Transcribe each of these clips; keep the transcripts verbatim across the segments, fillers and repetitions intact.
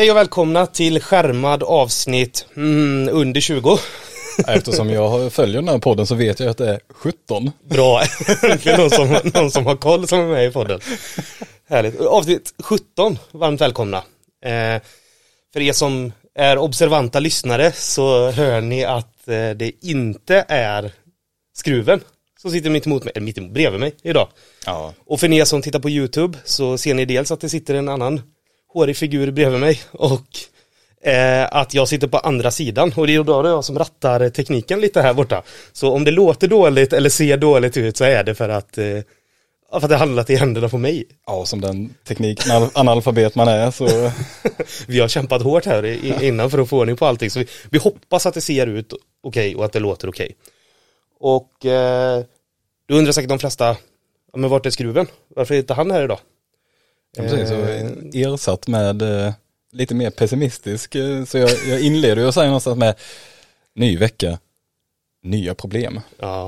Hej och välkomna till skärmad avsnitt mm, under tjugo. Eftersom jag följer den här podden så vet jag att det är sjutton. Bra, äntligen någon som, någon som har koll som är med i podden. Härligt. Avsnitt sjutton, varmt välkomna. Eh, för er som är observanta lyssnare så hör ni att eh, det inte är skruven som sitter mitt emot mig, eller mitt emot, bredvid mig idag. Ja. Och för er som tittar på YouTube så ser ni dels att det sitter en annan hårig figur bredvid mig och eh, att jag sitter på andra sidan. Och det är då jag som rattar tekniken lite här borta. Så om det låter dåligt eller ser dåligt ut så är det för att, eh, för att det handlat i händerna på mig. Ja, som den teknik-analfabet man är så... Vi har kämpat hårt här innan för att få ordning på allting. Så vi, vi hoppas att det ser ut okej okay och att det låter okej. Okay. Och eh, du undrar säkert de flesta, ja, men vart är skruven? Varför är inte han här idag? Ja, precis, så ersatt med eh, lite mer pessimistisk. Så jag, jag inleder ju och säger någonstans med ny vecka, nya problem. Ja.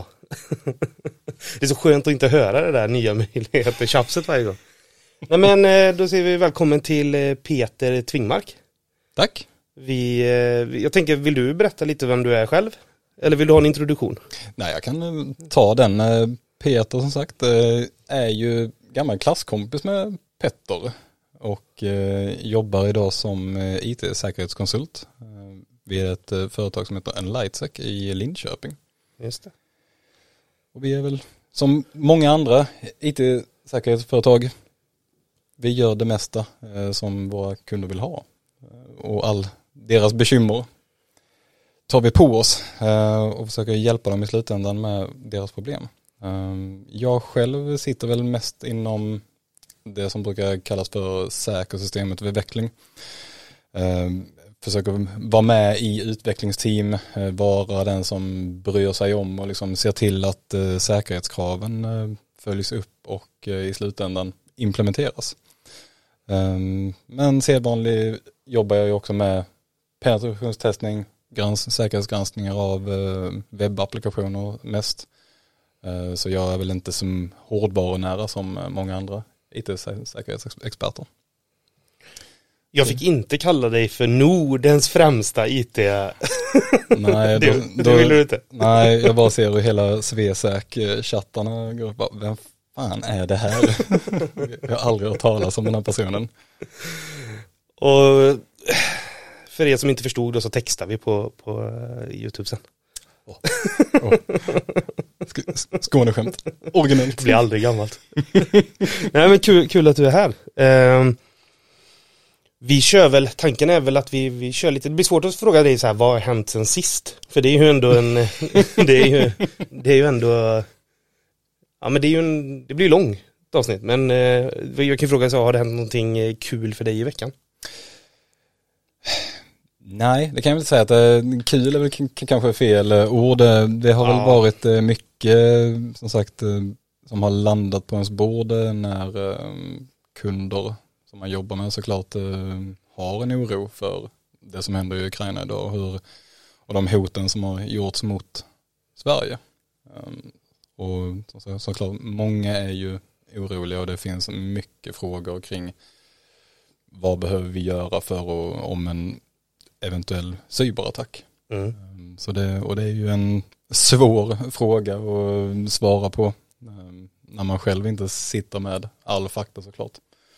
Det är så skönt att inte höra det där nya möjligheter, tjafset varje gång. Nej, men då säger vi välkommen till Peter Tvingmark. Tack. Vi, jag tänker, vill du berätta lite vem du är själv? Eller vill du ha en introduktion? Nej, jag kan ta den. Peter som sagt är ju gammal klasskompis med Petter och jobbar idag som I T-säkerhetskonsult vid ett företag som heter Enlightsec i Linköping. Just det. Och vi är väl som många andra I T-säkerhetsföretag, vi gör det mesta eh, som våra kunder vill ha. Och all deras bekymmer tar vi på oss eh, och försöker hjälpa dem i slutändan med deras problem. Eh, jag själv sitter väl mest inom det som brukar kallas för säkerhetssystemet vid veckling. Eh, försöker vara med i utvecklingsteam, vara den som bryr sig om och liksom ser till att eh, säkerhetskraven eh, följs upp och eh, i slutändan implementeras. Um, men sedvanlig jobbar jag ju också med penetrationstestning, grans- säkerhetsgranskningar av eh, webbapplikationer mest. Uh, så jag är väl inte som hårdvarunära som många andra I T-säkerhetsexperter. Jag fick inte kalla dig för Nordens främsta I T. Nej, då, det, då, det vill du inte. Nej, jag bara ser hur hela Svesäk-chattarna går upp. Vem fan är det här? Jag har aldrig hört talas om den här personen. Och för er som inte förstod då så textar vi på, på uh, YouTube sen. Oh. Oh. Sk- Skåneskämt. Originellt. Det blir aldrig gammalt. Nej, men kul, kul att du är här. Um, Vi kör väl, tanken är väl att vi, vi kör lite, det blir svårt att fråga dig så här, vad har hänt sen sist? För det är ju ändå en, det är ju, det är ju ändå, ja men det är ju en, det blir långt avsnitt, men eh, jag kan fråga så, har det hänt någonting kul för dig i veckan? Nej, det kan jag väl säga att eh, kul är väl k- kanske fel ord. Det har ja. väl varit eh, mycket, som sagt, eh, som har landat på ens bord när eh, kunder som man jobbar med såklart eh, har en oro för det som händer i Ukraina idag och, hur, och de hoten som har gjorts mot Sverige. Um, och så, såklart, många är ju oroliga och det finns mycket frågor kring vad behöver vi göra för att, om en eventuell cyberattack. Mm. Um, så det, och det är ju en svår fråga att svara på um, när man själv inte sitter med all fakta såklart.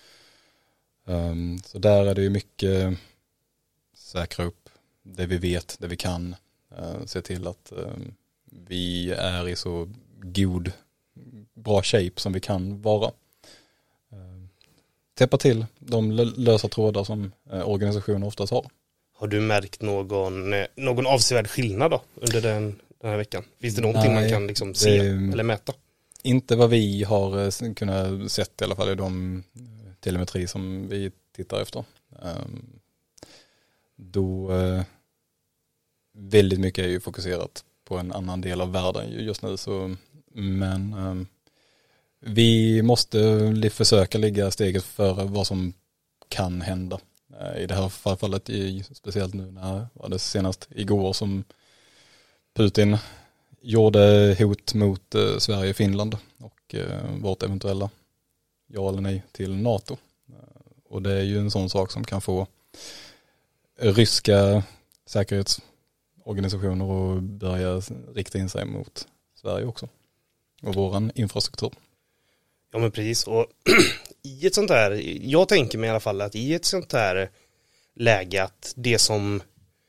Um, så där är det ju mycket säkra upp det vi vet, det vi kan, uh, se till att um, vi är i så god, bra shape som vi kan vara. Uh, täppa till de lösa trådar som uh, organisationer oftast har. Har du märkt någon, någon avsevärd skillnad då under den, den här veckan? Finns det någonting Nej, man kan liksom se det, eller mäta? Inte vad vi har kunnat sett i alla fall i de telemetri som vi tittar efter. Um, då uh, väldigt mycket är ju fokuserat på en annan del av världen just nu. Så, men um, vi måste försöka ligga steget före vad som kan hända. Uh, I det här fallet, i, speciellt nu när var det senast igår som Putin gjorde hot mot uh, Sverige och Finland och uh, vårt eventuella ja eller nej till NATO. Och det är ju en sån sak som kan få ryska säkerhetsorganisationer och börja rikta in sig mot Sverige också. Och våran infrastruktur. Ja men precis, och i ett sånt här, jag tänker mig i alla fall att i ett sånt här läge att det som,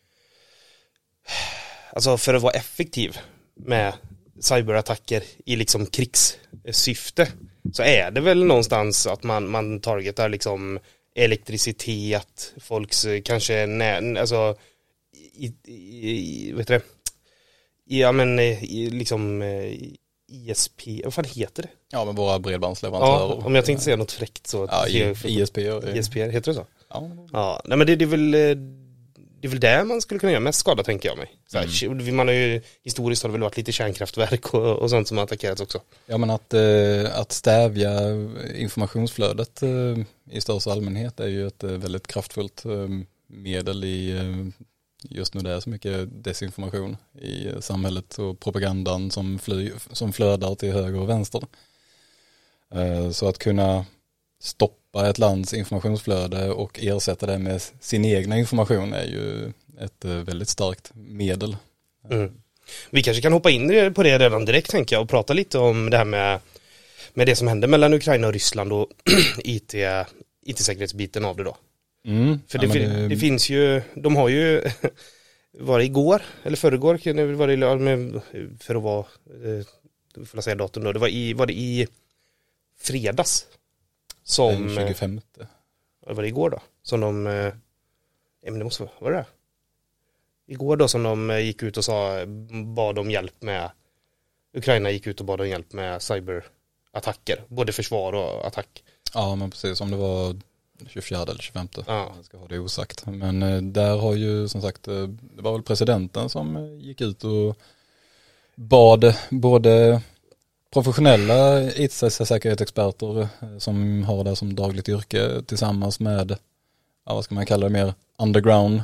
alltså för att vara effektiv med cyberattacker i liksom krigssyfte, så är det väl någonstans att man, man targetar liksom elektricitet, folks kanske nä, alltså i, i, vet du det, ja men i, liksom I S P, vad fan heter det? Ja, men våra bredbandsleverantörer. Ja, om jag tänkte säga något fräckt så. Ja, I, I S P. I S P, heter det så? Ja. Ja, nej men det, det är väl det är väl där man skulle kunna göra mest skada, tänker jag mig. Så här, mm. Man har ju, historiskt har det väl varit lite kärnkraftverk och, och sånt som har attackerats också. Ja, men att, eh, att stävja informationsflödet eh, i största allmänhet är ju ett eh, väldigt kraftfullt eh, medel i eh, just nu det är så mycket desinformation i samhället och propagandan som, fly, som flödar till höger och vänster. Eh, så att kunna stoppa ett lands informationsflöde och ersätta det med sin egna information är ju ett väldigt starkt medel. Mm. Vi kanske kan hoppa in på det redan direkt, tänker jag, och prata lite om det här med, med det som hände mellan Ukraina och Ryssland och I T, I T-säkerhetsbiten av det då. Mm. För ja, det, det... det finns ju, de har ju, var det igår eller förrgår, var det med, för att vara, får jag säga datum då, det var, i, var det i fredags som tjugofemte. Var det igår då? Som de, eh, men det måste vara, var det där? Igår då som de gick ut och sa, bad om hjälp med, Ukraina gick ut och bad om hjälp med cyberattacker, både försvar och attack. Ja, men precis, om det var tjugofjärde eller tjugofemte. Ja. Jag ska ha det osagt. Men eh, där har ju som sagt, eh, det var väl presidenten som eh, gick ut och bad både professionella I T-säkerhetsexperter som har det som dagligt yrke tillsammans med, ja, vad ska man kalla det, mer underground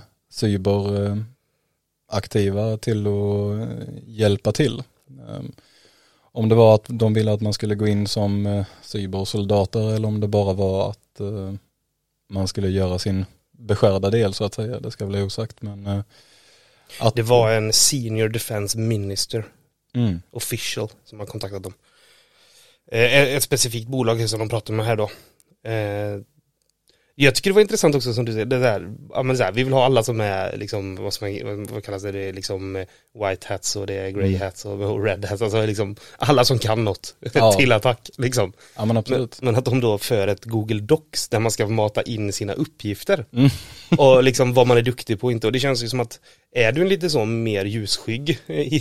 cyberaktiva till att hjälpa till. Om det var att de ville att man skulle gå in som cybersoldater eller om det bara var att man skulle göra sin beskärda del så att säga, det ska väl vara osagt. Men att... Det var en senior defense minister. Mm. Official som har kontaktat dem. Eh, ett specifikt bolag som de pratar med här då. Eh, jag tycker det var intressant också som du säger, det där, ja, men så här, vi vill ha alla som är liksom, vad, som är, vad kallas det, det är liksom white hats och det är grey hats och red hats, alltså liksom alla som kan något ja. till attack liksom. Ja, men absolut. Men, men att de då för ett Google Docs där man ska mata in sina uppgifter mm. och liksom vad man är duktig på och inte, och det känns ju som att är du en lite så mer ljusskygg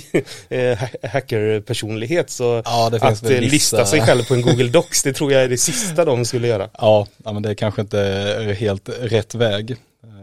hackerpersonlighet så ja, det att vissa... lista sig själv på en Google Docs, det tror jag är det sista de skulle göra. Ja, ja men det är kanske inte helt rätt väg.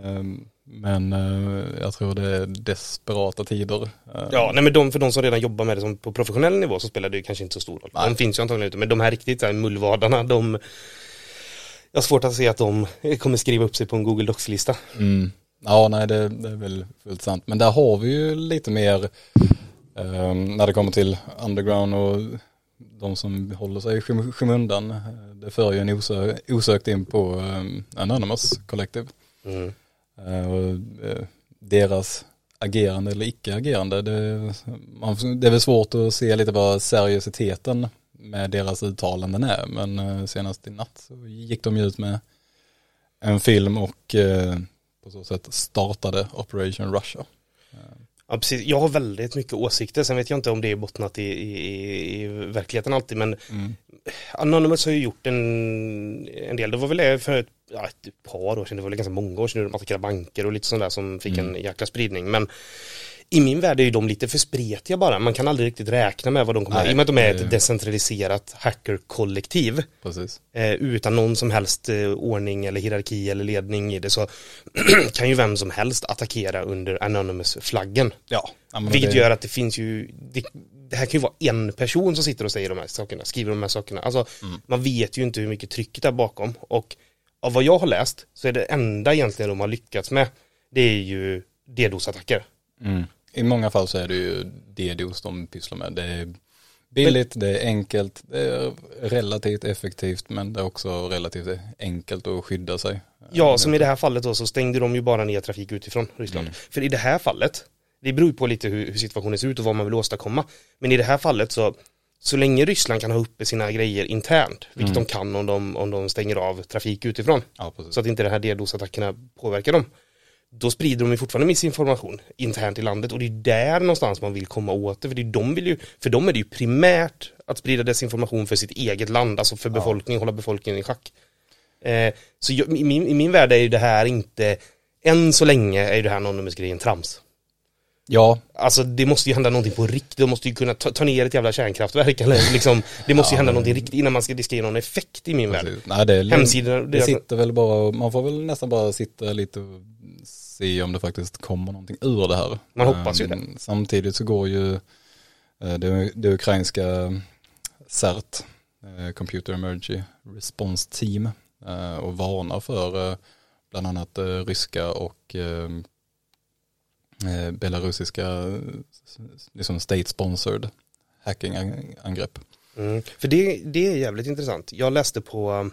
Men jag tror det är desperata tider. Ja, nej men de, för de som redan jobbar med det som på professionell nivå så spelar det kanske inte så stor roll. Nej. De finns ju antagligen ute, men de här riktigt så här mullvadarna, de jag har svårt att se att de kommer skriva upp sig på en Google Docs-lista. Mm. Ja, nej det, det är väl fullt sant. Men där har vi ju lite mer eh, när det kommer till underground och de som håller sig i skym- skymundan. Det för ju en osö- osökt in på eh, Anonymous Collective. Mm. Eh, och, eh, deras agerande eller icke-agerande. Det, man, det är väl svårt att se lite vad seriositeten med deras uttalanden är. Men eh, senast i natt så gick de ut med en film och eh, på så sätt startade Operation Russia. Ja, precis. Jag har väldigt mycket åsikter. Sen vet jag inte om det är bottnat i, i, i verkligheten alltid. Men mm. Anonymous har ju gjort en, en del. Det var väl det för ett, ja, ett par år sedan. Det var väl ganska många år sedan. De attackerade banker och lite sånt där som fick mm. en jäkla spridning. Men i min värld är ju de lite för spretiga bara. Man kan aldrig riktigt räkna med vad de kommer att... I och med att de är ett decentraliserat hackerkollektiv. Precis. Eh, utan någon som helst eh, ordning eller hierarki eller ledning i det så kan ju vem som helst attackera under Anonymous-flaggen. Ja. Vilket det... gör att det finns ju... Det, det här kan ju vara en person som sitter och säger de här sakerna, skriver de här sakerna. Alltså, mm. man vet ju inte hur mycket trycket är bakom. Och av vad jag har läst så är det enda egentligen de har lyckats med, det är ju DDoS-attacker. Mm. I många fall så är det ju DDoS de pysslar med. Det är billigt, det är enkelt, det är relativt effektivt men det är också relativt enkelt att skydda sig. Ja, som i det här fallet då så stängde de ju bara ner trafik utifrån Ryssland. Mm. För i det här fallet, det beror ju på lite hur, hur situationen ser ut och vad man vill åstadkomma. Men i det här fallet så, så länge Ryssland kan ha uppe sina grejer internt, vilket mm. de kan om de, om de stänger av trafik utifrån, ja, så att inte de här DDoS-attackerna påverkar dem, då sprider de ju fortfarande missinformation internt i landet och det är där någonstans man vill komma åt det, för, det är de vill ju, för dem är det ju primärt att sprida desinformation för sitt eget land, alltså för befolkningen, ja. hålla befolkningen i schack. Eh, så jag, i, min, i min värld är ju det här inte, än så länge är ju det här anonymous-grejen trams. Ja. Alltså det måste ju hända någonting på riktigt, de måste ju kunna ta, ta ner ett jävla kärnkraftverk eller liksom, det måste ju ja, hända men... någonting riktigt innan man ska diska någon effekt i min Precis. värld. Nej, det är Hemsidor, det, det sitter väl bara, man får väl nästan bara sitta lite och se om det faktiskt kommer någonting ur det här. Man hoppas ju det. Samtidigt så går ju det, det ukrainska C E R T, Computer Emergency Response Team, och varnar för bland annat ryska och belarusiska liksom state-sponsored hacking-angrepp. Mm. För det, det är jävligt intressant. Jag läste på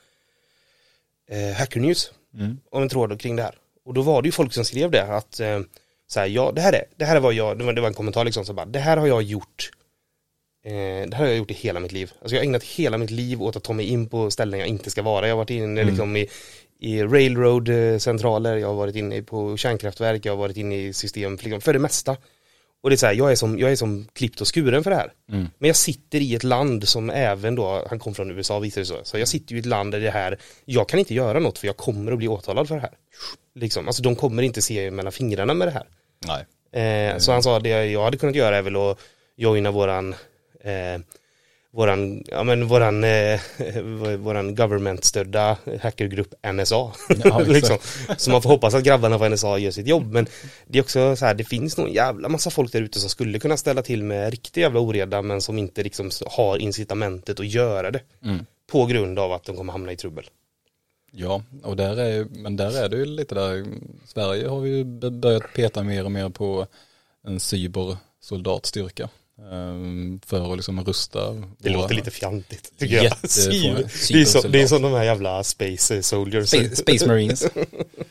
eh, Hacker News mm. om en tråd kring det här. Och då var det ju folk som skrev det att eh, så här, ja, det här är det här är vad jag, det var, det var en kommentar liksom så bara, det här har jag gjort eh, det här har jag gjort i hela mitt liv. Alltså jag har ägnat hela mitt liv åt att ta mig in på ställen jag inte ska vara. Jag har varit inne mm. liksom i i railroad-centraler, jag har varit inne på kärnkraftverk, jag har varit inne i system för det mesta. Och det är så här, jag är som, jag är som klippt och skuren för det här. Mm. Men jag sitter i ett land som även då, han kom från U S A visar det så, så jag sitter i ett land där det här, jag kan inte göra något för jag kommer att bli åtalad för det här. Liksom, alltså de kommer inte se mellan fingrarna med det här. Nej. Eh, så han sa, det jag hade kunnat göra är väl att joina våran eh, våran, ja men våran eh, våran government-stödda hackergrupp N S A. Ja, liksom. Så man får hoppas att grabbarna på N S A gör sitt jobb, men det är också så här, det finns nog en jävla massa folk där ute som skulle kunna ställa till med riktigt jävla oreda, men som inte liksom har incitamentet att göra det mm. på grund av att de kommer hamna i trubbel. Ja, och där är, men där är det ju lite där, Sverige har ju börjat peta mer och mer på en cybersoldatstyrka. För att liksom rusta. Det låter lite fjantigt tycker jag. det, är så, det är som de här jävla space soldiers. Space, space marines. uh,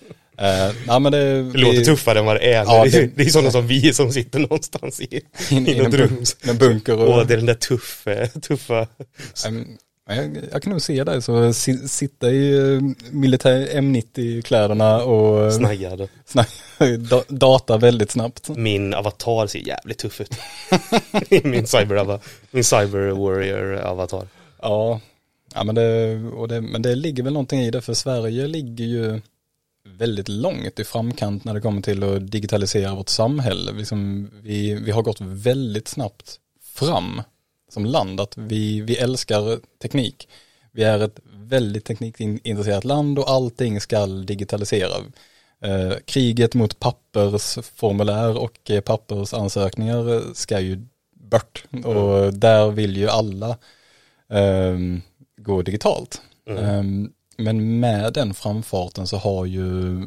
nej, men det, det låter tuffare än vad det är. Ja, det, det, det är sådana som vi som sitter någonstans i, in, i något rum. En bunker. Och, och det är den där tuffa. tuffa. Um, jag, jag kan nog se dig så sitta i militär M nittio-kläderna och snaggade. Da, data väldigt snabbt. Min avatar ser jävligt tuff ut. min cyber min cyber warrior avatar. Ja. Ja, men det och det men det ligger väl någonting i det, för Sverige ligger ju väldigt långt i framkant när det kommer till att digitalisera vårt samhälle. Liksom, vi vi har gått väldigt snabbt fram som land, att vi vi älskar teknik. Vi är ett väldigt teknikintresserat land och allting ska digitalisera. Eh, kriget mot pappersformulär och eh, pappersansökningar ska ju bort. Mm. Och där vill ju alla eh, gå digitalt. Mm. Eh, men med den framfarten så har ju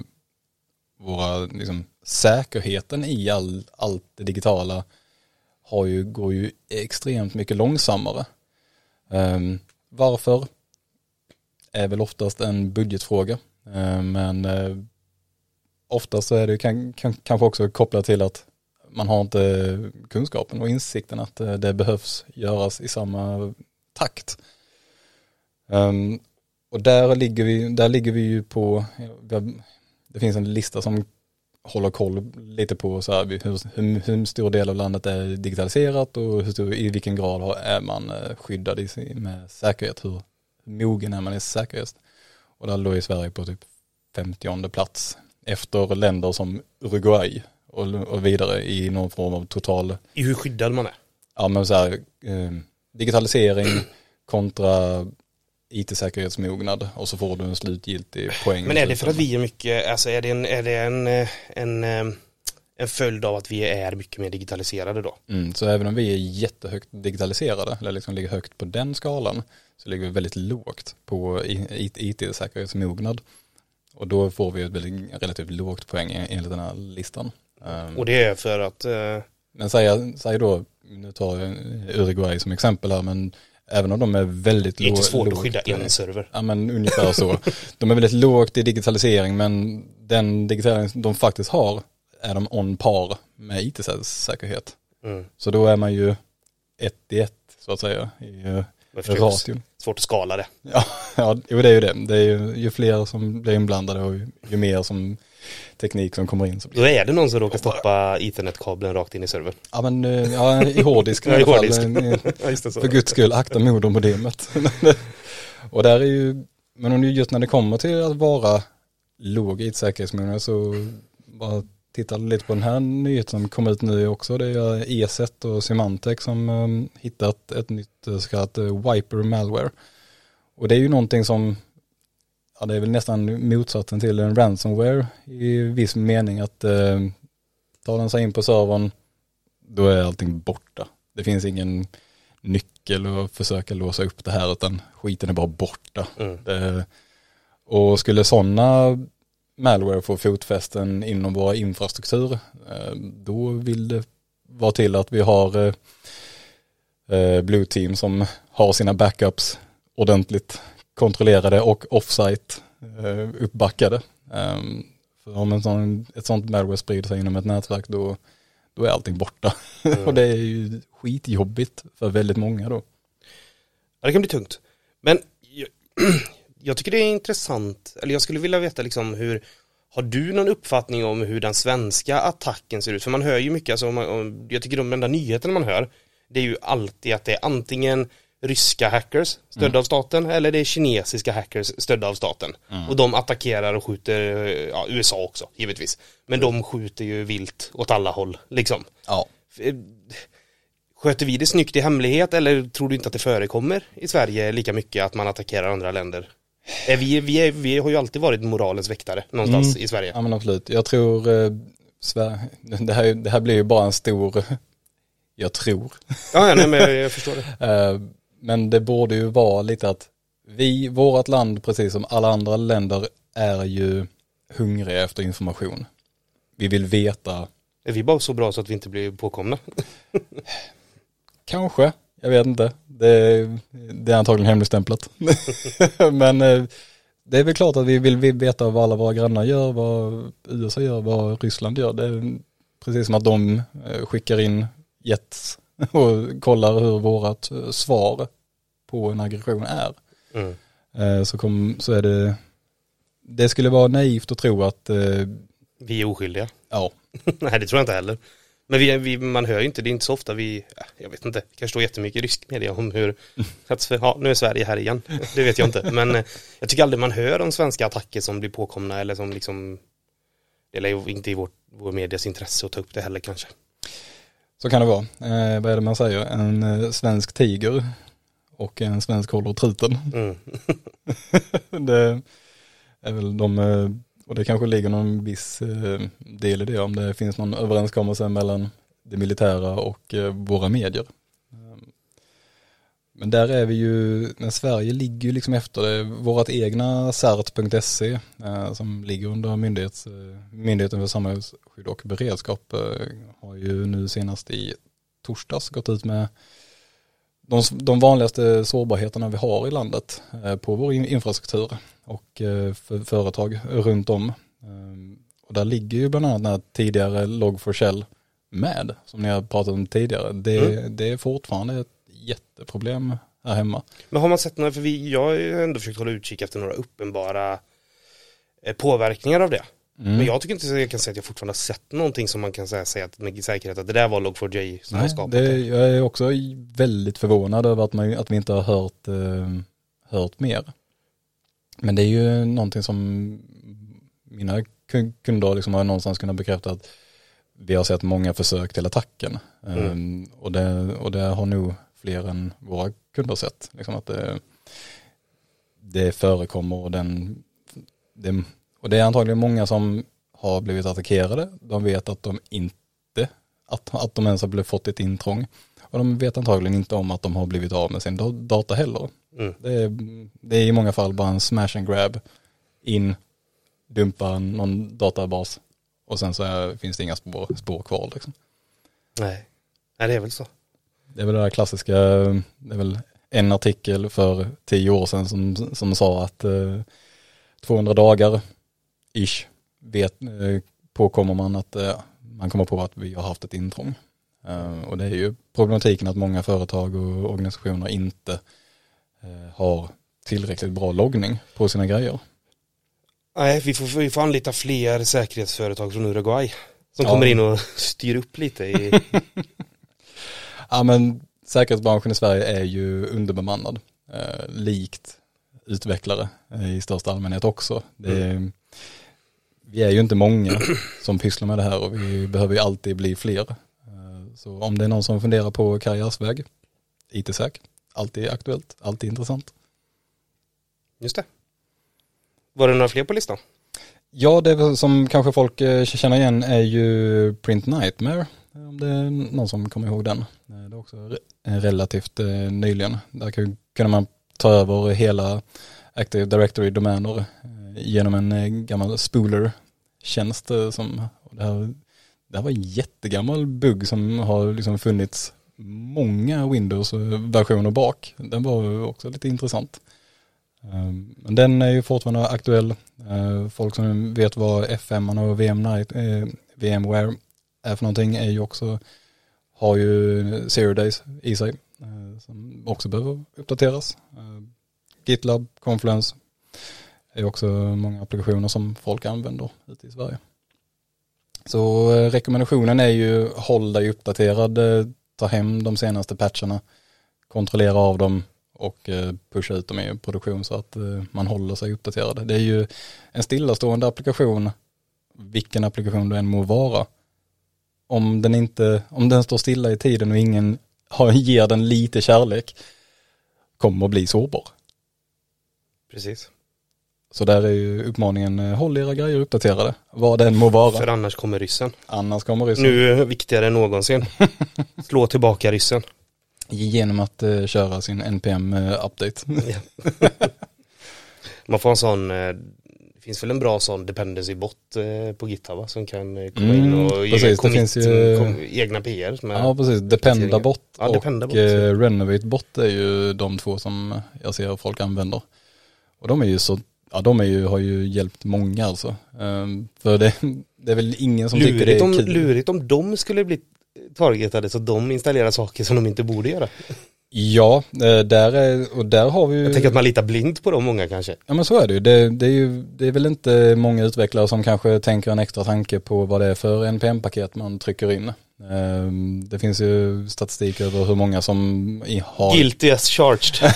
våra liksom, säkerheten i all, allt det digitala har ju, går ju extremt mycket långsammare. Eh, varför? Är väl oftast en budgetfråga. Eh, men eh, oftast så är det kan, kan, kanske också kopplat till att man har inte kunskapen och insikten att det behövs göras i samma takt. Um, och där ligger vi där ligger vi ju på, det finns en lista som håller koll lite på så här, hur, hur, hur stor del av landet är digitaliserat och hur stor, i vilken grad är man skyddad i, med säkerhet, hur mogen är man i säkerhet. Och där låg i Sverige på typ femtionde plats. Efter länder som Uruguay och, och vidare i någon form av total... I hur skyddad man är? Ja, men så här, eh, digitalisering kontra I T-säkerhetsmognad och så får du en slutgiltig poäng. Men är det för att vi är mycket, alltså är det en, är det en, en, en följd av att vi är mycket mer digitaliserade då? Mm, så även om vi är jättehögt digitaliserade, eller liksom ligger högt på den skalan, så ligger vi väldigt lågt på I T-säkerhetsmognad. Och då får vi ett väldigt, relativt lågt poäng enligt den här listan. Och det är för att... Uh... Men säg, säg då, nu tar jag Uruguay som exempel här, men även om de är väldigt lågt. Det är inte svårt lågt, att skydda en server. Ja, men ungefär så. De är väldigt lågt i digitalisering, men den digitalisering de faktiskt har är de on par med I T-säkerhet. Mm. Så då är man ju ett i ett, så att säga, i ration. Svårt att skala det. Ja, ja, det är ju det. Det är ju, ju fler som blir inblandade och ju, ju mer som teknik som kommer in. Så då är det någon som råkar stoppa ethernet-kabeln rakt in i servern. Ja, men ja, i hårddisk i alla fall. Ja, just det, så. För guds skull, akta modermodemet. Och där är ju, men just när det kommer till att vara låg i säkerhetsmodeller så bara titta lite på den här nyheten som kom ut nu också. Det är E S E T och Symantec som um, hittat ett nytt så kallat uh, Wiper malware. Och det är ju någonting som, ja, det är väl nästan motsatsen till en ransomware i viss mening, att uh, tar den sig in på servern, då är allting borta. Det finns ingen nyckel att försöka låsa upp det här, utan skiten är bara borta. Mm. Det, och skulle sådana malware får fotfästen inom våra infrastruktur, då vill det vara till att vi har Blue Team som har sina backups ordentligt kontrollerade och offsite uppbackade. För om en sån, ett sånt malware sprider sig inom ett nätverk, då, då är allting borta. Mm. Och det är ju skitjobbigt för väldigt många då. Ja, det kan bli tungt. Men jag, jag tycker det är intressant, eller jag skulle vilja veta liksom hur, har du någon uppfattning om hur den svenska attacken ser ut? För man hör ju mycket, alltså, man, jag tycker de enda nyheterna man hör, det är ju alltid att det är antingen ryska hackers stödda mm. av staten, eller det är kinesiska hackers stödda av staten. Mm. Och de attackerar och skjuter, ja, U S A också, givetvis. Men de skjuter ju vilt åt alla håll, liksom. Ja. Sköter vi det snyggt i hemlighet, eller tror du inte att det förekommer i Sverige lika mycket att man attackerar andra länder? Är vi, vi, är, vi har ju alltid varit moralens väktare någonstans mm. i Sverige. Ja, men absolut. Jag tror eh, Sver- det, här, det här blir ju bara en stor jag tror. Ja, ja nej, men jag, jag förstår det. eh, men det borde ju vara lite att vi, vårt land, precis som alla andra länder, är ju hungriga efter information. Vi vill veta. Är vi bara så bra så att vi inte blir påkomna? Kanske, jag vet inte. Det, det är antagligen hemligstämplat. Men det är väl klart att vi vill veta vad alla våra grannar gör, vad U S A gör, vad Ryssland gör. Det är precis som att de skickar in jets och kollar hur vårat svar på en aggression är. Mm. Så, kom, så är det, det skulle vara naivt att tro att vi är oskyldiga. Ja. Nej, det tror jag inte heller. Men vi, vi, man hör ju inte, det är inte så ofta vi, jag vet inte, det kanske står jättemycket i rysk media om hur, att, ja, nu är Sverige här igen, det vet jag inte. Men jag tycker aldrig man hör om svenska attacker som blir påkomna eller som liksom, det är ju inte i vår, vår medias intresse att ta upp det heller kanske. Så kan det vara. Eh, vad är det man säger? En eh, svensk tiger och en svensk håller truten. Mm. Det är väl de... Eh, och det kanske ligger någon viss eh, del i det, om det finns någon överenskommelse mellan det militära och eh, våra medier. Men där är vi ju, men Sverige ligger ju liksom efter det. Vårat egna cert punkt se eh, som ligger under myndighets, eh, Myndigheten för samhällsskydd och beredskap eh, har ju nu senast i torsdags gått ut med de, de vanligaste sårbarheterna vi har i landet eh, på vår infrastruktur och eh, för företag runt om. Eh, och där ligger ju bland annat den här tidigare log four shell med, som ni har pratat om tidigare. Det, mm. det är fortfarande ett jätteproblem här hemma. Men har man sett några, för vi, jag har ju ändå försökt hålla utkik efter några uppenbara eh, påverkningar av det. Mm. Men jag tycker inte att jag kan säga att jag fortfarande har sett någonting som man kan säga, säga att med säkerhet att det där var log four j som Nej, har skapat det. det. Jag är också väldigt förvånad över att, man, att vi inte har hört, eh, hört mer. Men det är ju någonting som mina kunder liksom har någonstans kunnat bekräfta, att vi har sett många försök till attacken. Mm. Um, och, det, och det har nog fler än våra kunder sett. Liksom att det, det förekommer och den... Det, och det är antagligen många som har blivit attackerade. De vet att de inte, att, att de ens har blivit fått ett intrång. Och de vet antagligen inte om att de har blivit av med sin data heller. Mm. Det, är, det är i många fall bara en smash and grab. In, dumpa någon databas. Och sen så är, finns det inga spår, spår kvar liksom. Nej. Nej, det är väl så. Det är väl det där klassiska, det är väl en artikel för tio år sedan som, som sa att eh, tvåhundra dagar ish vet, eh, påkommer man att eh, man kommer på att vi har haft ett intrång. Uh, och det är ju problematiken att många företag och organisationer inte uh, har tillräckligt bra loggning på sina grejer. Nej, vi får, vi får anlita fler säkerhetsföretag från Uruguay som ja. kommer in och styr upp lite i... Ja, men säkerhetsbranschen i Sverige är ju underbemannad, uh, likt utvecklare uh, i största allmänhet också. Det är, mm. Vi är ju inte många som pysslar med det här och vi behöver ju alltid bli fler. Så om det är någon som funderar på karriärsväg, I T-säk, alltid aktuellt, alltid intressant. Just det. Var det några fler på listan? Ja, det som kanske folk känner igen är ju Print Nightmare, om det är någon som kommer ihåg den. Det är också relativt nyligen. Där kunde man ta över hela Active Directory-domäner genom en gammal spooler-tjänst som... Det här, Det här var en jättegammal bugg som har liksom funnits många Windows-versioner bak. Den var också lite intressant. Men den är ju fortfarande aktuell. Folk som vet vad F M och V M Night, eh, VMware är för någonting är ju också, har ju Zero Days i sig som också behöver uppdateras. GitLab, Confluence är också många applikationer som folk använder ute i Sverige. Så rekommendationen är ju håll dig uppdaterad, ta hem de senaste patcherna, kontrollera av dem och pusha ut dem i produktion så att man håller sig uppdaterad. Det är ju en stillastående applikation, vilken applikation det än må vara. Om den inte, om den står stilla i tiden och ingen har, ger den lite kärlek, kommer att bli sårbar. Precis. Så där är ju uppmaningen, håll era grejer uppdaterade, vad den må vara. För annars kommer ryssen. Annars kommer ryssen. Nu är viktigare än någonsin. Slå tillbaka ryssen. Genom att uh, köra sin N P M-update. Ja. Man får en sån, det finns väl en bra sån dependency-bot på GitHub va, som kan komma in och mm, ge precis, commit, det finns ju kom, egna P R. Ja, precis. Dependabot ja, och Dependabot. Uh, Renovate-bot är ju de två som jag ser folk använder. Och de är ju så Ja, de är ju, har ju hjälpt många alltså. Um, för det, det är väl ingen som lurigt tycker det är om, kul. Lurigt om de skulle bli targetade så de installerar saker som de inte borde göra. Ja, där är, och där har vi ju... Jag tänker att man litar blint på dem många kanske. Ja, men så är det ju. Det, det är ju. Det är väl inte många utvecklare som kanske tänker en extra tanke på vad det är för N P M-paket man trycker in. Um, det finns ju statistik över hur många som har... Guilty as charged.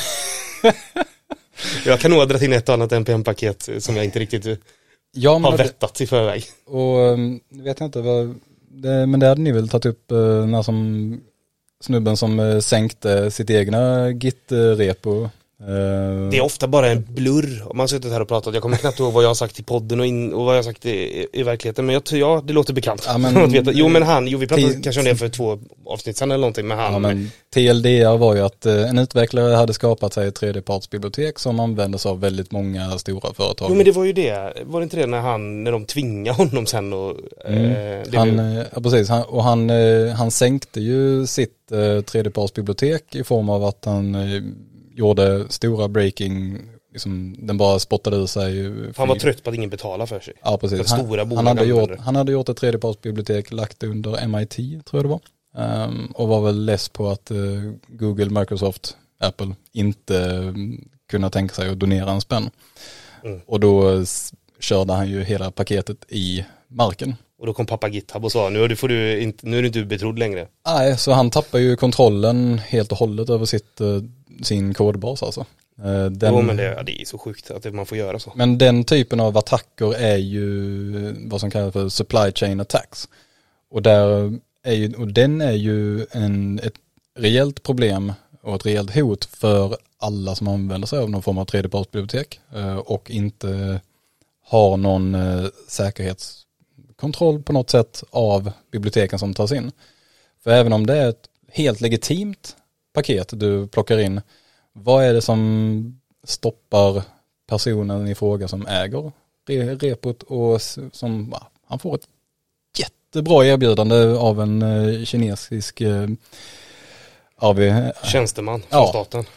Jag kan nog ha dragit in ett annat N P M-paket som jag inte riktigt ja, har vettat i förväg. Och um, vet jag inte vad det, men det hade ni väl tagit upp uh, när som snubben som uh, sänkte sitt egna Git-repo. Uh, det är ofta bara en blurr om man suttit här och pratat. Jag kommer knappt ihåg vad jag har sagt i podden och, in, och vad jag har sagt i, i verkligheten. Men jag tror, ja, det låter bekant. Ja, men, jo, men han, jo, vi pratade t- kanske om det för två avsnitt sedan eller någonting med han. Ja, men T L D R var ju att uh, en utvecklare hade skapat sig ett tredjepartsbibliotek som användes av väldigt många stora företag. Jo, men det var ju det. Var det inte det när han, när de tvingade honom sen och... Mm. Uh, det han, var... ja, precis. Han, och han, uh, han sänkte ju sitt uh, tredjepartsbibliotek i form av att han... Uh, gjorde stora breaking, liksom, den bara spottade ur sig. Han var trött på att ingen betala för sig. Ja, precis. Han, stora han, hade gjort, han hade gjort ett tredjepartsbibliotek lagt under M I T, tror jag det var. Um, och var väl less på att uh, Google, Microsoft, Apple inte um, kunna tänka sig att donera en spänn. Mm. Och då uh, körde han ju hela paketet i marken. Och då kom pappa GitHub och sa, nu, får du inte, nu är du inte betrodd längre. Nej, så han tappar ju kontrollen helt och hållet över sitt, sin kodbas alltså. Den, jo, men det, ja, det är så sjukt att man får göra så. Men den typen av attacker är ju vad som kallas för supply chain attacks. Och, där är ju, och den är ju en, ett rejält problem och ett rejält hot för alla som använder sig av någon form av tredjepartsbibliotek och inte har någon säkerhets kontroll på något sätt av biblioteken som tas in. För även om det är ett helt legitimt paket du plockar in, vad är det som stoppar personen i fråga som äger repot och som, ja, han får ett jättebra erbjudande av en kinesisk av, tjänsteman från ja, staten.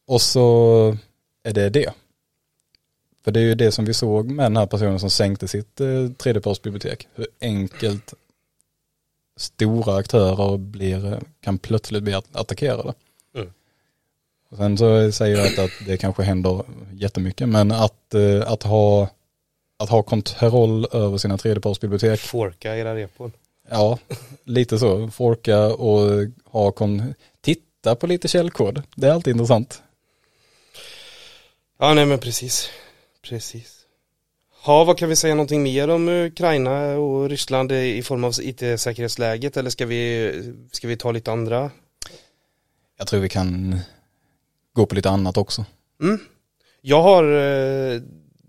och så är det det. För det är ju det som vi såg med den här personen som sänkte sitt eh, tredjepartsbibliotek. Hur enkelt stora aktörer blir, kan plötsligt bli attackerade. Mm. Och sen så säger jag att, att det kanske händer jättemycket, men att, eh, att, ha, att ha kontroll över sina tredjepartsbibliotek. Forka era repor. Ja, lite så. Forka och ha kon- titta på lite källkod. Det är alltid intressant. Ja, nej men precis. Precis. Ja, vad kan vi säga någonting mer om Ukraina och Ryssland i form av I T-säkerhetsläget, eller ska vi, ska vi ta lite andra? Jag tror vi kan gå på lite annat också. Mm. Jag har eh,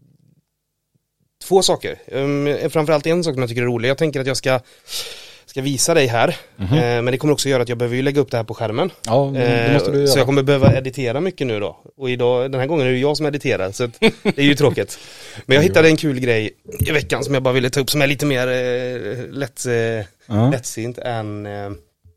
två saker. Um, framförallt en sak som jag tycker är rolig. Jag tänker att jag ska, ska visa dig här. Mm-hmm. Eh, men det kommer också göra att jag behöver ju lägga upp det här på skärmen. Ja, det måste du göra. Så jag kommer behöva editera mycket nu då. Och idag, den här gången är det jag som editerar, så det är ju tråkigt. Men jag hittade en kul grej i veckan som jag bara ville ta upp, som är lite mer eh, lätt, eh, uh-huh. lättsint än, eh,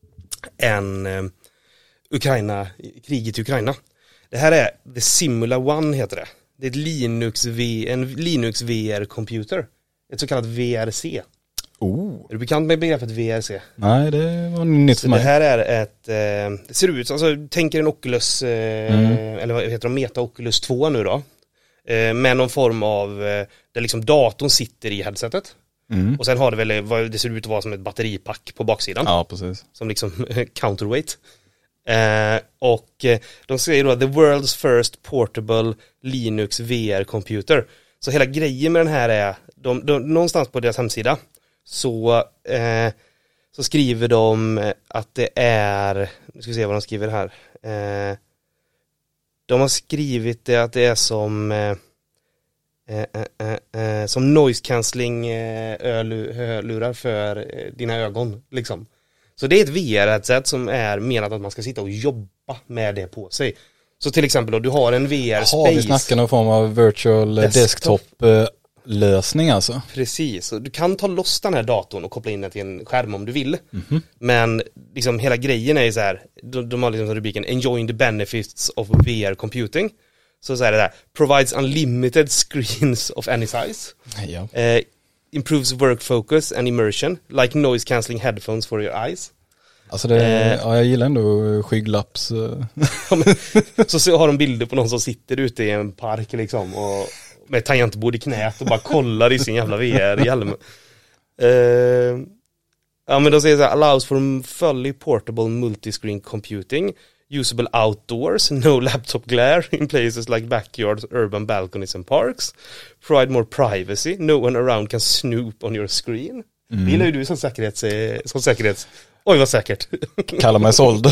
än eh, Ukraina, kriget i Ukraina. Det här är The Simula One heter det. Det är ett Linux v, en Linux V R-computer. Ett så kallat V R C. Oh. Är du bekant med begreppet V R C? Nej, det var nytt för mig. Det här är ett, eh, det ser ut, alltså tänker en Oculus, eh, mm. eller vad heter det, Meta Oculus två nu då. Eh, med någon form av, eh, där liksom datorn sitter i headsetet. Mm. Och sen har det väl, vad det ser ut att vara som ett batteripack på baksidan. Ja, precis. Som liksom counterweight. Eh, och eh, de säger då the world's first portable Linux V R-computer. Så hela grejen med den här är, de, de, någonstans på deras hemsida så, eh, så skriver de att det är, nu ska vi se vad de skriver här. Eh, de har skrivit det att det är som eh, eh, eh, eh, som noise cancelling eh, hörlurar för eh, dina ögon liksom. Så det är ett V R-headset som är menat att man ska sitta och jobba med det på sig. Så till exempel då, du har en V R-space. Har vi snackar någon form av virtual desktop-lösning alltså? Precis, så du kan ta loss den här datorn och koppla in den till en skärm om du vill. Mm-hmm. Men liksom hela grejen är ju så här, de, de har liksom rubriken Enjoying the benefits of V R computing. Så så är det där, provides unlimited screens of any size. Ja. Eh, improves work focus and immersion, like noise cancelling headphones for your eyes. Alltså det, eh, ja, jag gillar ändå skygglapps. så, så har de bilder på någon som sitter ute i en park liksom och med tangentbord i knät och bara kollar i sin jävla V R-hjälm. Eh, ja men de säger så här, allows for fully portable multiscreen computing, usable outdoors, no laptop glare in places like backyards, urban balconies and parks, provide more privacy, no one around can snoop on your screen. Mm. Det gillar ju du som säkerhets... Som säkerhets Oj vad säkert. Kallar mig såld.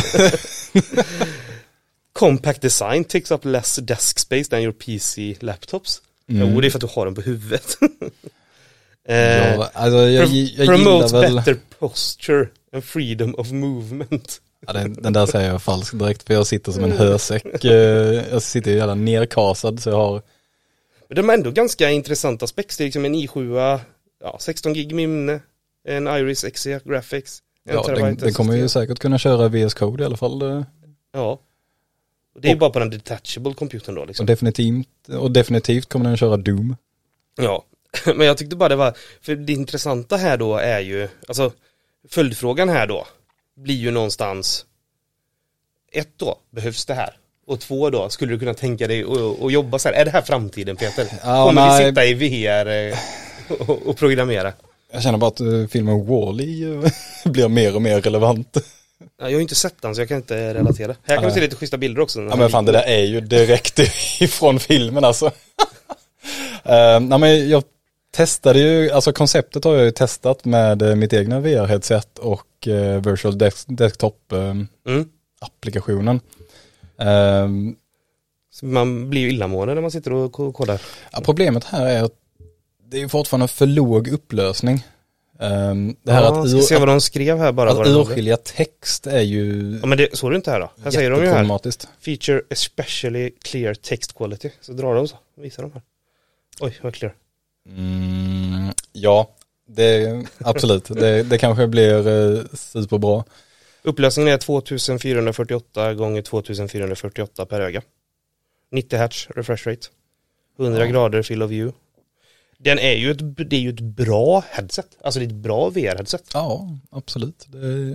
Compact design takes up less desk space than your P C laptops. Mm. Jo, det är för att du har den på huvudet. ja, alltså jag, jag promotes gillar väl... better posture and freedom of movement. Ja, den, den där säger jag falskt direkt, för jag sitter som en hösäck. Jag sitter ju jävla nerkasad, så jag har... Men de är ändå ganska intressanta specs. Det är liksom en i sju, ja, sexton gig minne, en Iris X E Graphics. Ja, den, den kommer ju säkert kunna köra V S Code i alla fall. Ja. Och det är ju bara på den detachable computern då liksom. Och definitivt, och definitivt kommer den köra Doom. Ja, men jag tyckte bara det var, för det intressanta här då är ju, alltså följdfrågan här då blir ju någonstans, ett då, behövs det här? Och två då, skulle du kunna tänka dig att jobba så här? Är det här framtiden, Peter? Ja, kommer nej. vi sitta i V R och, och programmera? Jag känner bara att filmen Wall-E blir mer och mer relevant. Jag har ju inte sett den så jag kan inte relatera. Här kan vi se lite schyssta bilder också. Ja men fan, det där är ju direkt ifrån filmen alltså. uh, nej, men jag testade ju, alltså konceptet har jag ju testat med mitt egna V R-headset och uh, Virtual Desktop-applikationen. Um, um, man blir ju illamående när man sitter och kollar. Ja, problemet här är att det är fortfarande för låg upplösning. Um, det här ja, att ska ur, se vad de skrev här bara. Att urskilja text är ju... Ja men det såg du inte här då? Här säger de ju här. Feature especially clear text quality. Så drar de så. Visar de här. Oj, vad clear. Mm, ja, det absolut. det, det kanske blir uh, superbra. Upplösningen är tjugofyrahundrafyrtioåtta gånger tjugofyrahundrafyrtioåtta per öga. nittio hertz refresh rate. hundra ja. grader field of view. Den är ju ett, det är ju ett bra headset. Alltså det är ett bra V R-headset. Ja, absolut. Det...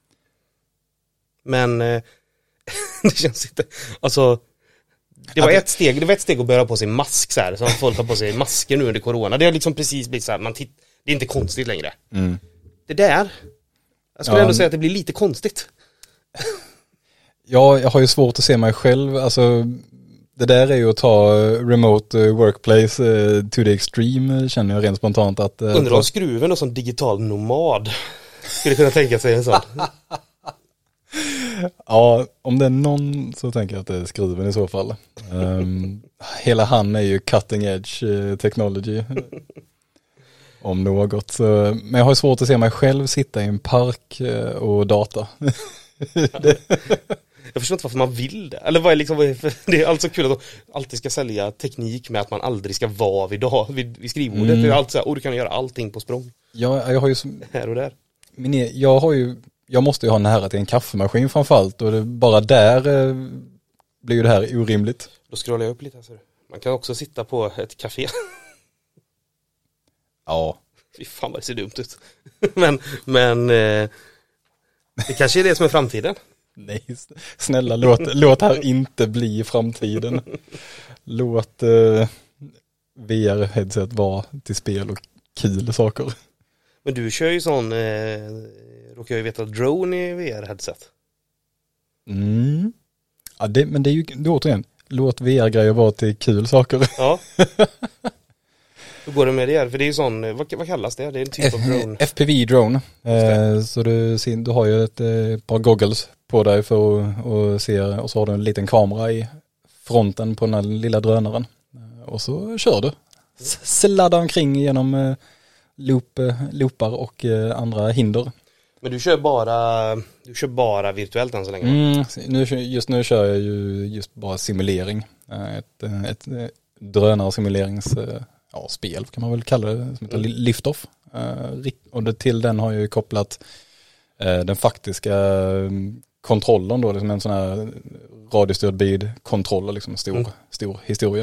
Men eh, det känns inte... Alltså, det var, ett steg, det var ett steg att börja på sig mask så här. Så folk har på sig masker nu under corona. Det har liksom precis blivit så här, man titt, det är inte konstigt längre. Mm. Det där, jag skulle ja. ändå säga att det blir lite konstigt. Ja, jag har ju svårt att se mig själv. Alltså, det där är ju att ta remote workplace uh, to the extreme, känner jag rent spontant. Att, uh, undrar om skruven och som digital nomad skulle kunna tänka sig en sån. Ja, om det är någon så tänker jag att det är skruven i så fall. Um, hela han är ju cutting edge uh, technology. Om något. Så, men jag har svårt att se mig själv sitta i en park uh, och data. det. Jag förstår inte varför man vill det. Eller vad är liksom, det är alltså kul att de alltid ska sälja teknik med att man aldrig ska vara vid, dag, vid, vid skrivbordet. Mm. Det är alltid så här, och du kan göra allting på språng. Ja, jag har ju som, här och där. Min, jag har ju jag måste ju ha nära till en kaffemaskin framförallt och det, bara där eh, blir ju det här orimligt. Då scrollar jag upp lite här, så man kan också sitta på ett café. Ja. Fy fan vad det ser dumt ut. men men eh, det kanske är det som är framtiden. Nej, snälla låt, låt här inte bli framtiden. Låt eh, V R-headset vara till spel och kul saker. Men du kör ju sån, eh, råkar jag ju veta, drone i V R-headset. Mm. Ja, det, men det är ju, det återigen, låt V R-grejer vara till kul saker. Ja. Hur går det med det? För det är ju sån, vad, vad kallas det? Det är en typ F- av drone. F P V-drone. Eh, så du, du har ju ett eh, par goggles på dig för att och se, och så har du en liten kamera i fronten på den här lilla drönaren. Eh, och så kör du. S- sladdar omkring genom eh, loop, eh, loopar och eh, andra hinder. Men du kör bara du kör bara virtuellt än så länge? Mm, nu, just nu kör jag ju just bara simulering. Ett, ett, ett drönarsimuleringsspel ja, spel kan man väl kalla det, som heter mm. Liftoff. Och det, till den har jag ju kopplat den faktiska kontrollen då, liksom en sån här radiostyrd bilkontroller, liksom en stor, mm. stor historia.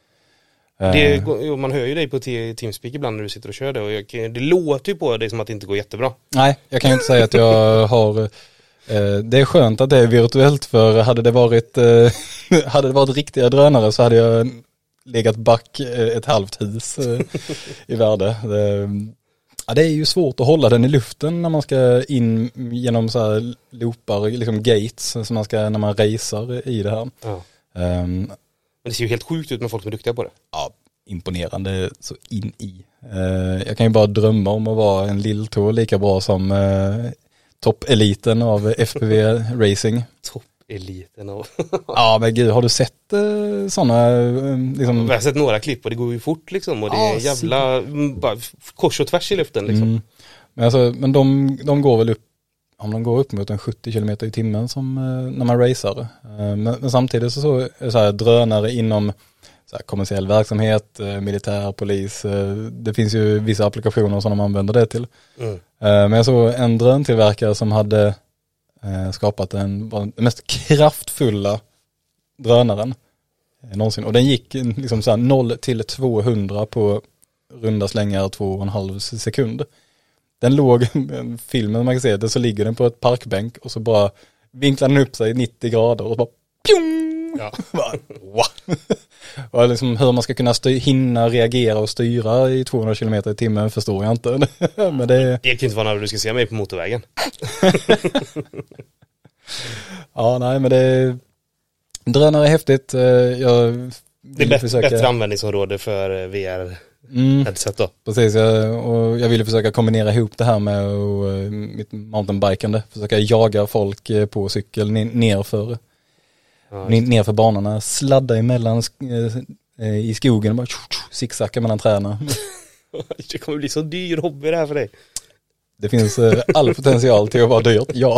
Det, jo, man hör ju dig på Teamspeak ibland när du sitter och kör det, och jag, det låter ju på dig som att det inte går jättebra. Nej, jag kan ju inte säga att jag har eh, det är skönt att det är virtuellt, för hade det varit eh, hade det varit riktiga drönare så hade jag legat back eh, ett halvt hus eh, i värde. Det, ja, det är ju svårt att hålla den i luften när man ska in genom så här loopar, liksom gates som man ska när man racear i det här. Ja. Um, Men det ser ju helt sjukt ut med folk som är duktiga på det. Ja, imponerande så in i. Uh, jag kan ju bara drömma om att vara en lilltå lika bra som uh, toppeliten av F P V-racing. Toppeliten av... Ja, men gud, har du sett uh, sådana... Uh, liksom... Jag har sett några klipp och det går ju fort liksom. Och det är ah, jävla... Bara kors och tvärs i luften liksom. Mm. Men, alltså, men de, de går väl upp, om de går upp mot en sjuttio kilometer i timmen som uh, när man racear. Uh, men, men samtidigt så, så är det så här drönare inom så här, kommersiell verksamhet, uh, militär, polis. Uh, det finns ju vissa applikationer som de använder det till. Mm. Uh, men jag såg en dröntillverkare som hade uh, skapat en, den mest kraftfulla drönaren uh, någonsin. Och den gick liksom så här noll till tvåhundra på runda slängar två och en halv sekund. Den låg, filmen man kan se det, så ligger den på ett parkbänk och så bara vinklar den upp sig nittio grader och bara pjong! Ja. Bara, wow. Och liksom hur man ska kunna styr, hinna reagera och styra i tvåhundra kilometer i timmen förstår jag inte. Men det... det kan inte vara när du ska se mig på motorvägen. Ja, nej, men det drönare är häftigt. Jag det är bättre, försöka... bättre användningsområde för V R. Mm, headset då. Precis, jag, och jag ville försöka kombinera ihop det här med och, uh, mitt mountainbikande. Försöka jaga folk uh, på cykel nerför, ja, nerför banorna. Sladda emellan uh, uh, i skogen och bara zigzacka mellan träna. Det kommer bli så dyr hobby det här för dig. Det finns uh, all potential till att vara dyrt, ja.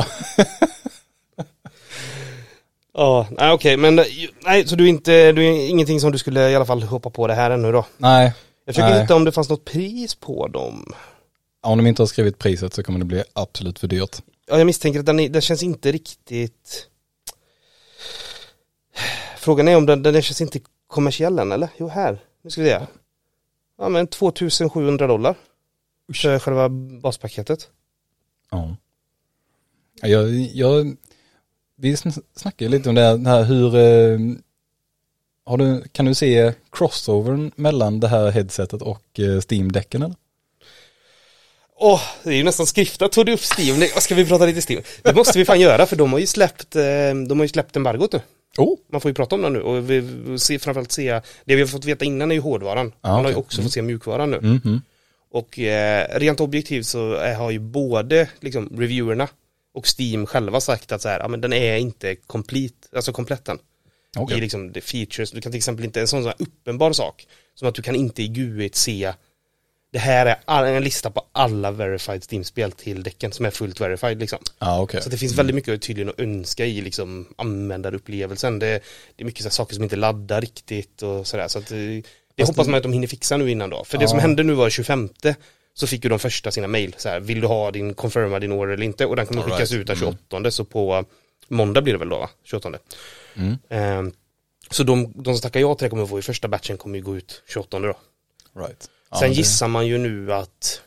Ja, nej okej, men nej, så du är inte, du är ingenting som du skulle i alla fall hoppa på det här ännu då? Nej. Jag försöker hitta om det fanns något pris på dem. Ja, om de inte har skrivit priset så kommer det bli absolut för dyrt. Ja, jag misstänker att den, är, den känns inte riktigt... Frågan är om den, den känns inte kommersiell än, eller? Jo, här. Nu ska vi se. Ja, men tvåtusensjuhundra dollar. För själva baspaketet. Ja. Jag, jag, vi snackade lite om det här, hur eh, har du, kan du se crossovern mellan det här headsetet och eh, Steam-däcken eller? Åh, oh, det är ju nästan skriftat. Tog du upp Steam? Det, ska vi prata lite Steam? Det måste vi fan göra, för de har ju släppt, eh, de har ju släppt embargot nu. Oh. Man får ju prata om det nu och vi, vi ser, framförallt se, det vi har fått veta innan är ju hårdvaran. Ah, Man okay. har ju också mm. fått se mjukvaran nu. Mm-hmm. Och eh, rent objektivt så är, har ju både liksom, reviewerna och Steam själva sagt att så här, ja, men den är inte complete, alltså kompletten. Okay. I liksom the features, du kan till exempel inte, en sån, sån här uppenbar sak som att du kan inte i G U I se, det här är all, en lista på alla verified Steam-spel till däcken som är fullt verified liksom. Ah, okay. Så det finns väldigt mycket tydligen att önska i liksom användarupplevelsen. Det, det är mycket så här saker som inte laddar riktigt och sådär, så att det, det hoppas man att de hinner fixa nu innan då. För ah. det som hände nu var tjugofemte, så fick ju de första sina mejl så här, vill du ha din confirma din order eller inte, och den kommer skickas right. ut den tjugoåttonde, mm. så på måndag blir det väl då va? tjugoåttonde. Mm. Um, så de, de som tackar ja till det kommer få i första batchen kommer ju gå ut tjugoåttonde då. Right. Sen ja, det... gissar man ju nu att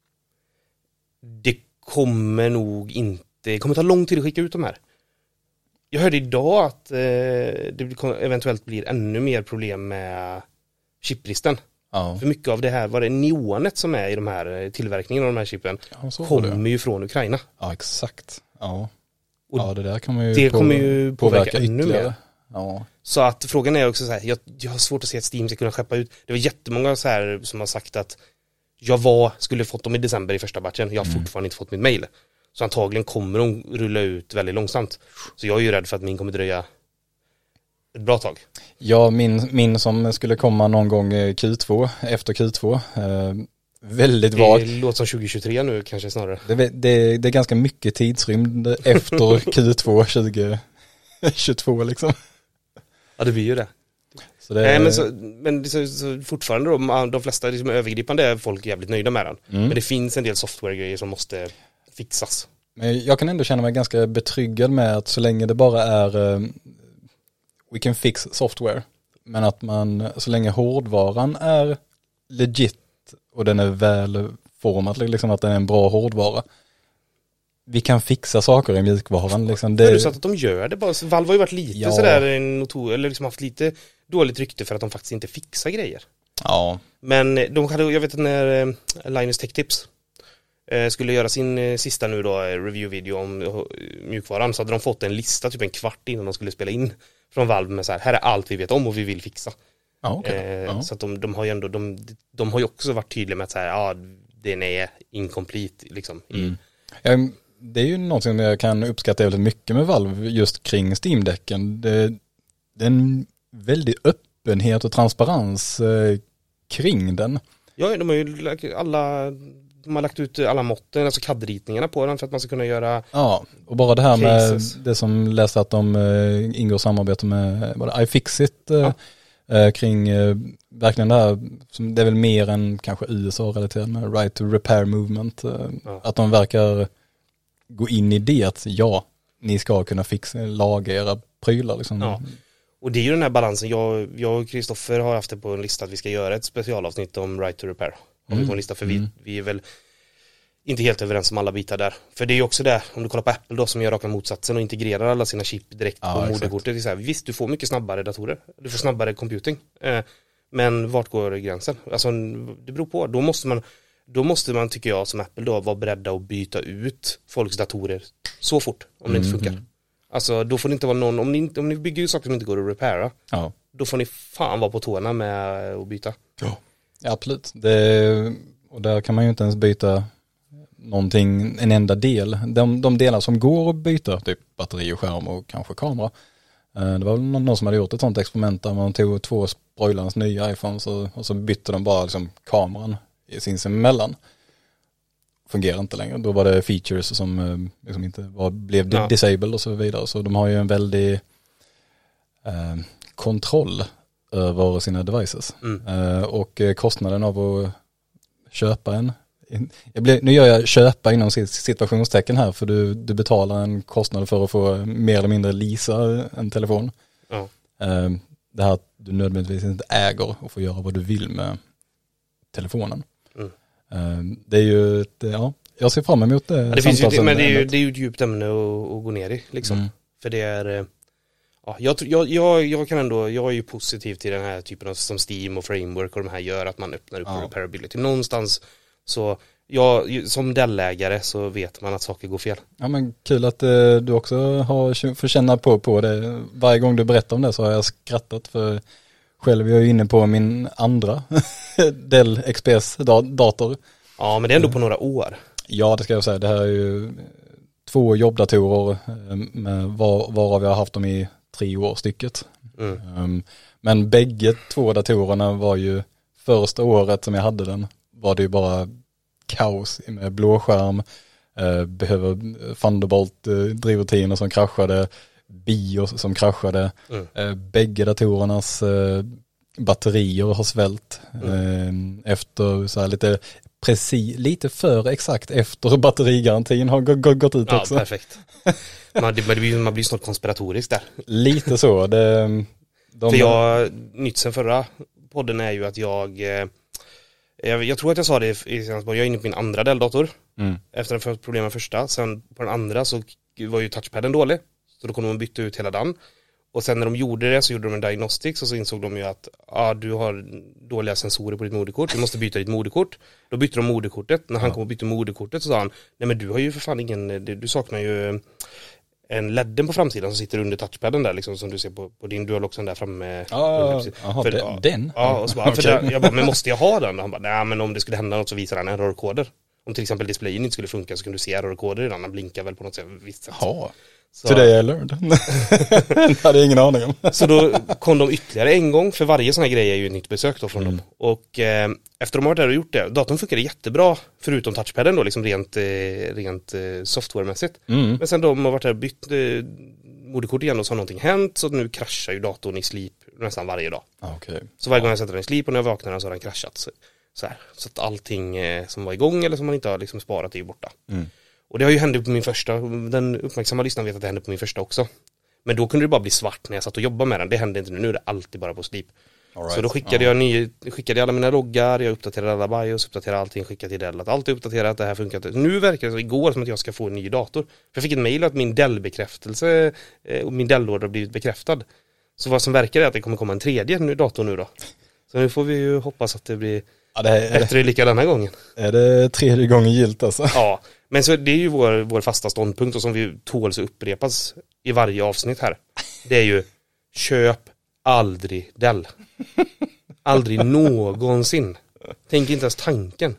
det kommer nog inte, det kommer ta lång tid att skicka ut de här. Jag hörde idag att eh, det eventuellt blir ännu mer problem med chipbristen. Ja. För mycket av det här, var det neonet som är i de här tillverkningen av de här chippen, ja, kommer ju från Ukraina. Ja, exakt. Ja, och ja det där kommer ju, det på, kommer ju påverka, påverka ännu ytterligare. mer. Ja. Så att frågan är också så här, jag, jag har svårt att se att Steam ska kunna skeppa ut. Det var jättemånga så här som har sagt att jag var, skulle fått dem i december i första batchen. Jag har mm. fortfarande inte fått mitt mejl. Så antagligen kommer de rulla ut väldigt långsamt. Så jag är ju rädd för att min kommer dröja ett bra tag. Ja, min, min som skulle komma någon gång Q två, efter Q två. Eh, väldigt vag. Det låter som tjugohundratjugotre nu kanske snarare. Det, det, det är ganska mycket tidsrymd efter Q två tjugohundratjugotvå liksom. Ja, det blir ju det. Så det... Nej, men, så, men så, så fortfarande då, de flesta liksom, övergripande är folk jävligt nöjda med den. Mm. Men det finns en del software-grejer som måste fixas. Men jag kan ändå känna mig ganska betryggad med att så länge det bara är uh, we can fix software, men att man, så länge hårdvaran är legit och den är väl formad, liksom att den är en bra hårdvara, vi kan fixa saker i mjukvaran. Liksom. Det... Förutsatt att de gör det. Bara, Valve har ju varit lite ja. sådär notor, eller liksom haft lite dåligt rykte för att de faktiskt inte fixar grejer. Ja. Men de hade, jag vet att när Linus Tech Tips skulle göra sin sista nu då review-video om mjukvaran, så hade de fått en lista typ en kvart innan de skulle spela in från Valve med så här, här är allt vi vet om och vi vill fixa. Ja, okay. eh, ja. Så att de, de har ju ändå, de, de har ju också varit tydliga med att så här, ja, den är incomplete liksom. Mm. Ja, det är ju någonting som jag kan uppskatta väldigt mycket med Valve just kring Steam-däcken. Det, det är en väldig öppenhet och transparens eh, kring den. Ja, de har ju alla, de har lagt ut alla måtten, alltså C A D-ritningarna på den för att man ska kunna göra. Ja, och bara det här cases. Med det som läste att de eh, ingår samarbete med vad iFixit eh, ja. kring eh, verkligen det här, som det är väl mer än kanske U S A-relaterat med right to repair movement. Eh, ja. Att de verkar gå in i det att ja, ni ska kunna fixa, laga era prylar liksom. Ja. Och det är ju den här balansen, jag, jag och Kristoffer har haft det på en lista att vi ska göra ett specialavsnitt om right to repair. Om mm. på en lista, för vi, mm. vi är väl inte helt överens om alla bitar där. För det är ju också det, om du kollar på Apple då som gör raka motsatsen och integrerar alla sina chip direkt ja, på moderkortet. Det är så här, visst, du får mycket snabbare datorer, du får snabbare computing. Eh, men vart går gränsen? Alltså det beror på, då måste man Då måste man, tycker jag, som Apple då vara beredda att byta ut folks datorer så fort om det mm. inte funkar. Alltså då får det inte vara någon, om ni, om ni bygger ju saker som inte går att repaira, ja. Då får ni fan vara på tårna med att byta. Ja, ja absolut. Det, och där kan man ju inte ens byta någonting, en enda del. De, de delar som går att byta, typ batteri och skärm och kanske kamera. Det var någon som hade gjort ett sånt experiment där man tog två spoilerns nya iPhones och, och så bytte de bara liksom kameran sinsemellan. Fungerar inte längre. Då var det features som liksom inte var, blev ja. disabled och så vidare. Så de har ju en väldig eh, kontroll över sina devices. Mm. Eh, och kostnaden av att köpa en. Jag blir, nu gör jag köpa inom situationstecken här, för du, du betalar en kostnad för att få mer eller mindre leasa en telefon. Ja. Eh, det här att du nödvändigtvis inte äger och får göra vad du vill med telefonen. Mm. Eh, det är ju ett, ja, jag ser fram emot det. Ja, det finns ju, men det är ju, det är ju ett djupt ämne att, att gå ner i liksom. Mm. För det är, ja, jag, jag, jag, jag kan ändå, jag är ju positiv till den här typen av som Steam och Framework och de här gör att man öppnar upp ja. repairability. Någonstans så, jag, som Dell-ägare så vet man att saker går fel. Ja, men kul att eh, du också har får känna på, på det. Varje gång du berättar om det så har jag skrattat, för själv är jag inne på min andra Dell X P S-dator. Ja, men det är ändå på några år. Ja, det ska jag säga. Det här är ju två jobbdatorer med var, varav jag har haft dem i tre år stycket. Mm. Um, men bägge två datorerna var ju första året som jag hade den var det ju bara kaos med blåskärm, uh, behöver Thunderbolt uh, drivrutiner som kraschade, BIOS som kraschade. Mm. Uh, bägge datorernas uh, batterier har svält mm. uh, efter så här lite precis, lite för exakt efter batterigarantin har g- g- gått ut ja, också. Ja, perfekt. Man, det, man, blir, man blir snart konspiratorisk där. Lite så. Det, de... För jag, nytt sen förra podden är ju att jag, jag, jag tror att jag sa det i senaste jag är inne på min andra Dell-dator. Mm. Efter en för problem med första. Sen på den andra så var ju touchpadden dålig. Så då kunde man byta ut hela den. Och sen när de gjorde det så gjorde de en diagnostics och så insåg de ju att ah, du har dåliga sensorer på ditt moderkort. Du måste byta ditt moderkort. Då bytte de moderkortet. När han ja. kom och bytte moderkortet så sa han, nej men du har ju för fan ingen, du saknar ju en ledden på framsidan som sitter under touchpadden där liksom, som du ser på, på din, du har också den där framme. Ja, aha, för, den? den? Ja, och så bara, okay. för där, jag bara, men måste jag ha den? Och han bara, nej men om det skulle hända något så visar han errorkoder. Om till exempel displayen inte skulle funka så kan du se errorkoder i den, han blinkar väl på något sätt, visst sätt. Ja. Så det är learned. Det hade jag ingen aning om. Så då kom de ytterligare en gång, för varje sån här grej är ju ett nytt besök då från mm. dem. Och eh, efter de har varit där och gjort det, datorn funkade jättebra förutom touchpadden då, liksom rent, eh, rent eh, softwaremässigt. Mm. Men sen de har varit där och bytt eh, moderkort igen och så har någonting hänt, så nu kraschar ju datorn i sleep nästan varje dag. Okay. Så varje gång jag sätter den i sleep och när jag vaknar så har den kraschat. Så, så, här, så att allting eh, som var igång eller som man inte har liksom sparat är ju borta. Mm. Och det har ju hänt på min första, den uppmärksamma lyssnaren vet att det hände på min första också. Men då kunde det bara bli svart när jag satt och jobbade med den. Det hände inte nu, nu är det alltid bara på sleep. Right. Så då skickade uh-huh. jag ny, skickade alla mina loggar, jag uppdaterade alla BIOS, uppdaterade allting, skickade till Dell. Att allt är uppdaterat, det här funkar inte. Nu verkar det igår som att jag ska få en ny dator. För jag fick ett mejl att min Dell-bekräftelse och min Dell-order har blivit bekräftad. Så vad som verkar är att det kommer komma en tredje ny dator nu då. Så nu får vi ju hoppas att det blir ja, det är, bättre lika denna gången. Är det tredje gången gilt alltså? Ja. Men så det är ju vår, vår fasta ståndpunkt och som vi tål så upprepas i varje avsnitt här. Det är ju köp aldrig Dell. Aldrig någonsin. Tänk inte ens tanken.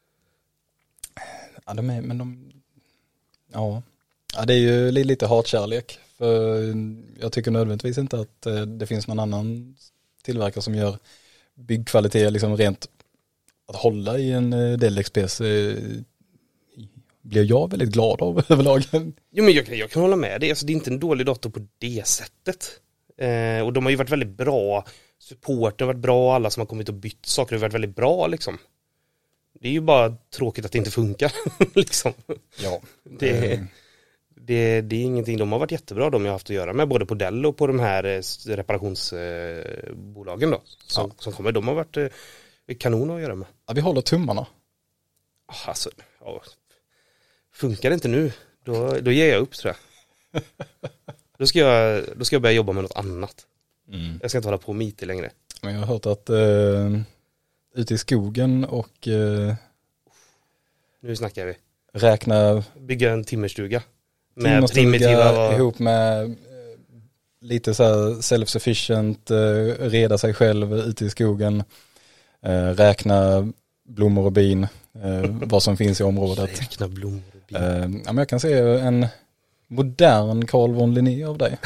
Ja, de är, men de... Ja. Ja, det är ju lite hatkärlek. För jag tycker nödvändigtvis inte att det finns någon annan tillverkare som gör byggkvalitet liksom rent att hålla i en Dell X P S blir jag väldigt glad av överlag. Jo, men jag, jag kan hålla med dig. Alltså, det är inte en dålig dator på det sättet. Eh, och de har ju varit väldigt bra. Supporten har varit bra. Alla som har kommit och bytt saker har varit väldigt bra. Liksom. Det är ju bara tråkigt att det inte funkar. liksom. Ja. Det, mm. det, det är ingenting. De har varit jättebra. De har haft att göra med både på Dell och på de här reparationsbolagen då. Som, ja. som kommer. De har varit eh, kanon att göra med. Ja, vi håller tummarna. Alltså, ja. Funkar det inte nu, då, då ger jag upp tror jag. Då ska jag, då ska jag börja jobba med något annat. Mm. Jag ska inte hålla på med I T längre. Men jag har hört att uh, ute i skogen och uh, nu snackar vi. Räkna bygga en timmerstuga med primitiva och... ihop med uh, lite så här self-sufficient, uh, reda sig själv ute i skogen, uh, räkna blommor och bin, uh, vad som finns i området. Räkna blommor. Uh, ja, men jag kan se en modern Carl von Linné av dig.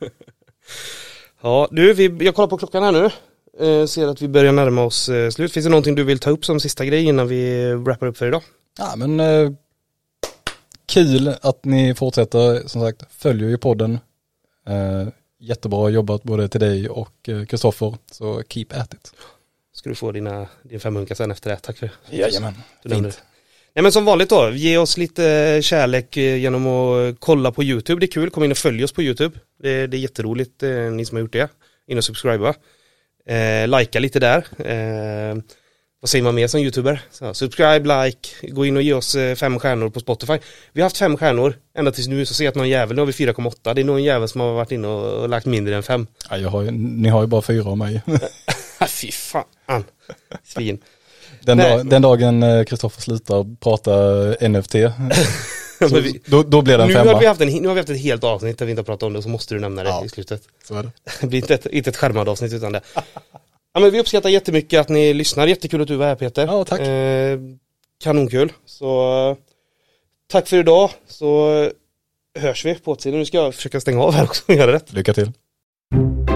Ja, du, vi, jag kollar på klockan här nu. Uh, ser att vi börjar närma oss uh, slut. Finns det någonting du vill ta upp som sista grej innan vi wrappar upp för idag? Ja, men uh, kul att ni fortsätter. Som sagt, följer ju podden. Uh, jättebra jobbat både till dig och Kristoffer. Så keep at it. Ska du få dina, din femhunka sen efter det. Tack för det. Jajamän, fint. Nej, men som vanligt då, ge oss lite kärlek genom att kolla på YouTube. Det är kul, kom in och följ oss på YouTube. Det, det är jätteroligt, eh, ni som har gjort det. in och subscriba. Eh, likea lite där. Eh, vad säger man mer som youtuber? Så, subscribe, like, gå in och ge oss eh, fem stjärnor på Spotify. Vi har haft fem stjärnor ända tills nu, så ser jag att någon jävel, nu har vi fyra komma åtta. Det är någon jävel som har varit inne och, och lagt mindre än fem. Ja, jag har ju, ni har ju bara fyra av mig. Fy fan. Svin. Den, dag, den dagen Kristoffer slutar prata N F T, så, vi, då, då blir det en nu femma. Har vi haft en, nu har vi haft ett helt avsnitt där vi inte har pratat om det, så måste du nämna det ja, i slutet. Så är det. Det blir inte ett, inte ett skärmad avsnitt utan det. Ja, men vi uppskattar jättemycket att ni lyssnar. Jättekul att du var här, Peter. Ja, tack. Eh, kanonkul. Så tack för idag. Så hörs vi på åtsidan. Nu ska jag försöka stänga av här också och göra rätt. Lycka till.